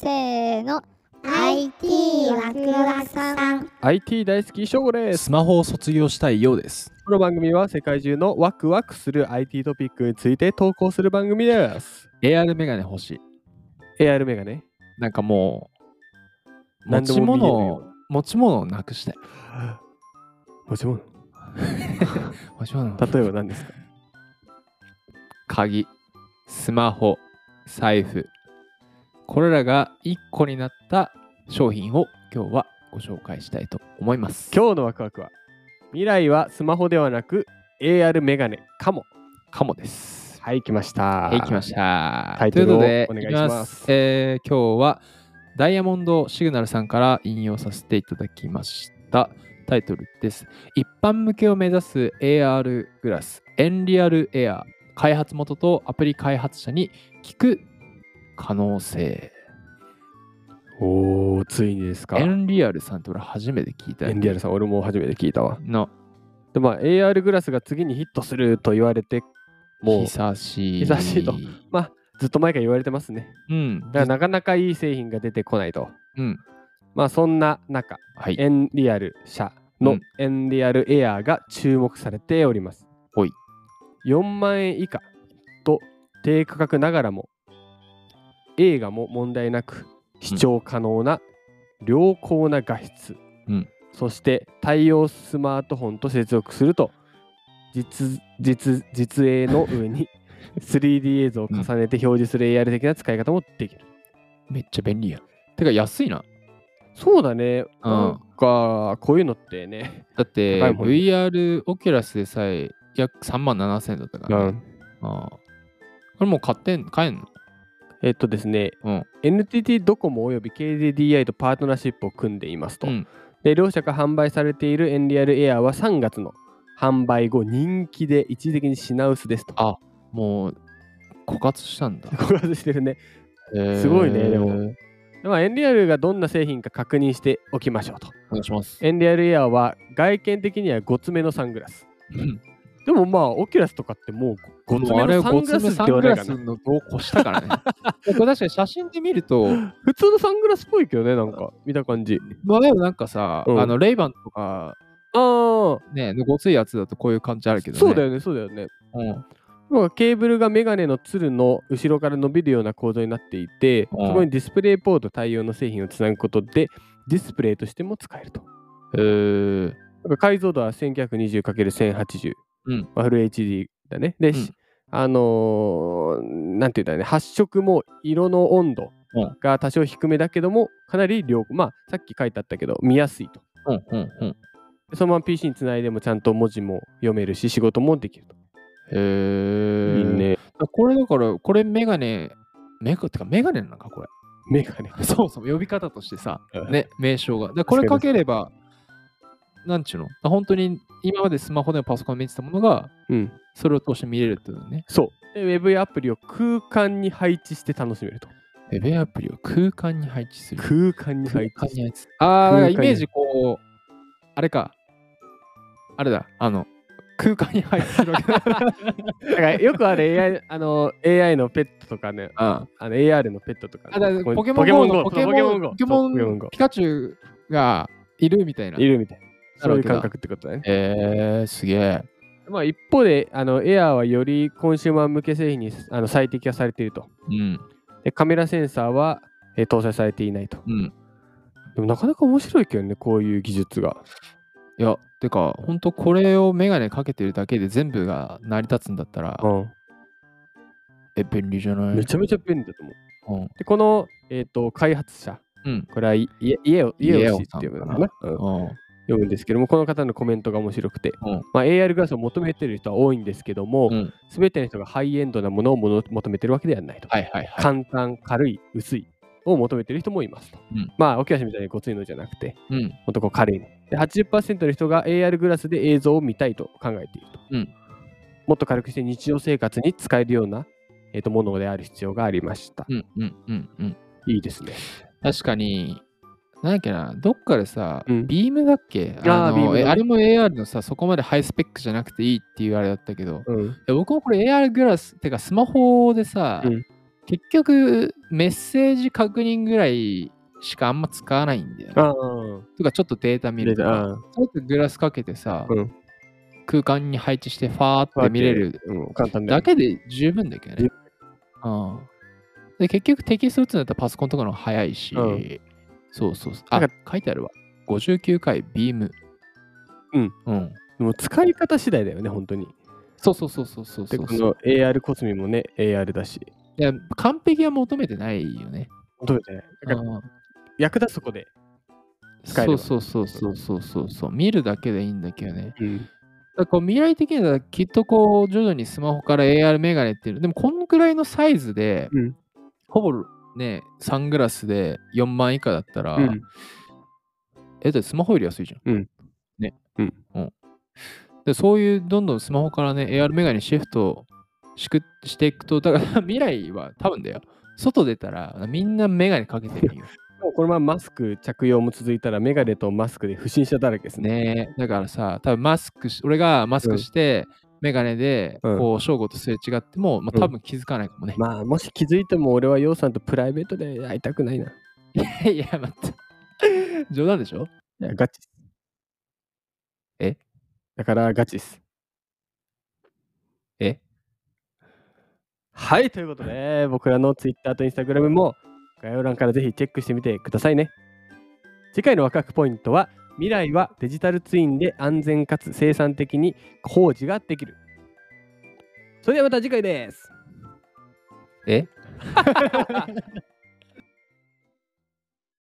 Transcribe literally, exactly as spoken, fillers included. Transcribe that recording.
せーの アイティー ワクワクさんアイティー 大好きショゴです。 スマホを卒業したいようです。 この番組は世界中のワクワクする アイティー トピックについて投稿する番組です。 エーアール メガネ欲しい。 エーアール メガネなんかもう持何でちも見える物をよ持ち物をなくしたい。 もちろん持ち物例えば何ですか？ 鍵、スマホ、財布、これらがいっこになった商品を今日はご紹介したいと思います。 今日のワクワクは未来はスマホではなく エーアール メガネかもかもです。 はい、来ました。 はい、来ました。 タイトルをということでお願いします。 いきえー今日はダイヤモンドシグナルさんから引用させていただきました。タイトルです。一般向けを目指す エーアール グラス、エンリアルエアー、開発元とアプリ開発者に聞く可能性。 おー、ついにですか？ エンリアルさんって俺初めて聞いたよ。 エンリアルさん、俺も初めて聞いたわ。 ので、まあ エーアール グラスが次にヒットすると言われてもう久しい。 久しいとまあずっと前から言われてますね。 うん。 だからなかなかいい製品が出てこないと。 うん。 まあそんな中、 はい。 エンリアル社のうんエンリアルエアーが注目されております。 ほい。 よんまんえん以下と低価格ながらも映画も問題なく視聴可能な良好な画質、 うん、 そして対応スマートフォンと接続すると実実実映の上にスリーディー 映像を重ねて表示する エーアール 的な使い方もできる。 めっちゃ便利やん。てか安いな。 そうだね。 うんなんかこういうのってね。 だって高いもんねブイアール オキュラスでさえ約さんまんななせんえんだったからね。 うんああこれもう買ってん買えんの？ えっとですね、 うん。 エヌティーティー ドコモおよび ケーディーディーアイ とパートナーシップを組んでいますと。 うん、 で両社が販売されているエンリアルエアーはさんがつの販売後人気で一時的に品薄ですと。 あ、もう枯渇したんだ。 枯渇してるね。すごいね、でも。まあ、エンリアルがどんな製品か確認しておきましょうと。 お願いします。 エンリアルエアーは外見的にはごつめのサングラス。でもまあ、オキュラスとかってもうごつめのサングラスって言わないかな。 サングラスの度を越したからね。これ確かに写真で見ると普通のサングラスっぽいけどね、なんか見た感じ。 まあでもなんかさ、 うん、 あのレイバンとかあね、ごついやつだとこういう感じあるけどね。 そうだよね、そうだよね。 うんまあ、ケーブルがメガネのつるの後ろから伸びるような構造になっていて、 うん、 そこにディスプレイポート対応の製品をつなぐことでディスプレイとしても使えると。 へー。 なんか解像度は せんきゅうひゃくにじゅうかけるせんはちじゅう、 うんまあ、フル エイチディー だね。で、うん、あのー、なんていうんだね、発色も色の温度が多少低めだけども、かなり良好。まあ、さっき書いてあったけど、見やすいと。 うんうんうん、 そのまま ピーシー につないでもちゃんと文字も読めるし、仕事もできると。 へー。 いいね。 これだから、これメガネ、メガってかメガネなのか、これ。 メガネ。 そうそう、呼び方としてさ、ね、名称が。でこれかければ、なんちゅうの本当に今までスマホでもパソコンで見てたものが、うん、それを通して見れるってことね。 そう。で、ウェブやアプリを空間に配置して楽しめると。 ウェブやアプリを空間に配置する。 空間に配置。 ああ、イメージこう、あれか。あれだ、あの、空間に配置するわけだ。だからよくある エーアイ、あの エーアイ のペットとかね、ああの エーアール のペットとか、ね、 あだポケモン GO のポケモン GO、ポケモンピカチュウがいるみたいな。 いるみたいな。そういう感覚ってことだね。 えー、すげえ。 まあ一方で、あの エアー はよりコンシューマー向け製品にあの最適化されていると。 うん、 でカメラセンサーは、えー、搭載されていないと、うん。でもなかなか面白いけどね、こういう技術が。 いや、てか、ほんとこれをメガネかけてるだけで全部が成り立つんだったら、うん、え、便利じゃない？ めちゃめちゃ便利だと思う。うん、で、この、えーと、開発者、うん、これは家を家を知っていうのかな、うん、読むんですけども、この方のコメントが面白くて、うんまあ、エーアール グラスを求めている人は多いんですけども、すべ、うん、ての人がハイエンドなものを求めているわけではないと。 はいはいはい、 簡単、軽い、薄いを求めている人もいますと。うん、まあ、オキュラスみたいにごついのじゃなくて、うん、ほんとこう軽いの。で、はちじゅっパーセントの人が エーアール グラスで映像を見たいと考えていると。うん、もっと軽くして日常生活に使えるような、えー、とものである必要がありました。うんうんうんうん。いいですね。 確かに、なんだっけな、どっかでさ、 うん、 ビームだっけあ, あ, ビーム、ね、 あれも エーアール のさ、そこまでハイスペックじゃなくていいっていうあれだったけど、 うん、 いや僕もこれ エーアール グラス、てかスマホでさ、うん、 結局、メッセージ確認ぐらいしかあんま使わないんだよね。 ああ。 とか、ちょっとデータ見るとか、ちょっとグラスかけてさ、うん、空間に配置してファーって見れるだけで十分だけどね。うん、で結局テキスト打つんだったらパソコンとかの方が早いし、うん、そうそうそう。あ、書いてあるわ。ごじゅうきゅうかいビーム。 うん。うん。でも使い方次第だよね、本当に。 そうそうそうそうそうそう。 で、この エーアール コスミもね、エーアール だし。 いや、完璧は求めてないよね。 求めてない。だから役立つとこで使える。 そうそうそうそうそうそう。見るだけでいいんだけどね。うん、だこう未来的にはきっとこう徐々にスマホから エーアール メガネっていう、でもこのくらいのサイズで、うん、ほぼね、サングラスでよんまん以下だったら、うん、え、だってスマホより安いじゃん。うん、ね。うんうん、でそういうどんどんスマホからね、エーアール メガネにシフトしくしていくと、だから未来は多分だよ。外出たらみんなメガネかけてるよ。 もうこのままマスク着用も続いたらメガネとマスクで不審者だらけですね。 ねだからさ、多分マスクし、俺がマスクして、メガネで、こう、正吾とすれ違っても、まあ、多分気づかないかもね。 うん、まあ、もし気づいても俺はヨウさんとプライベートで会いたくないな。 いや、待って。冗談でしょ？ いや、ガチ。 え？ だからガチっす。 え？ はい、ということで、僕らの Twitter と Instagram も概要欄からぜひチェックしてみてくださいね。次回のワクワクポイントは、未来はデジタルツインで安全かつ生産的に工事ができる。それではまた次回です。 え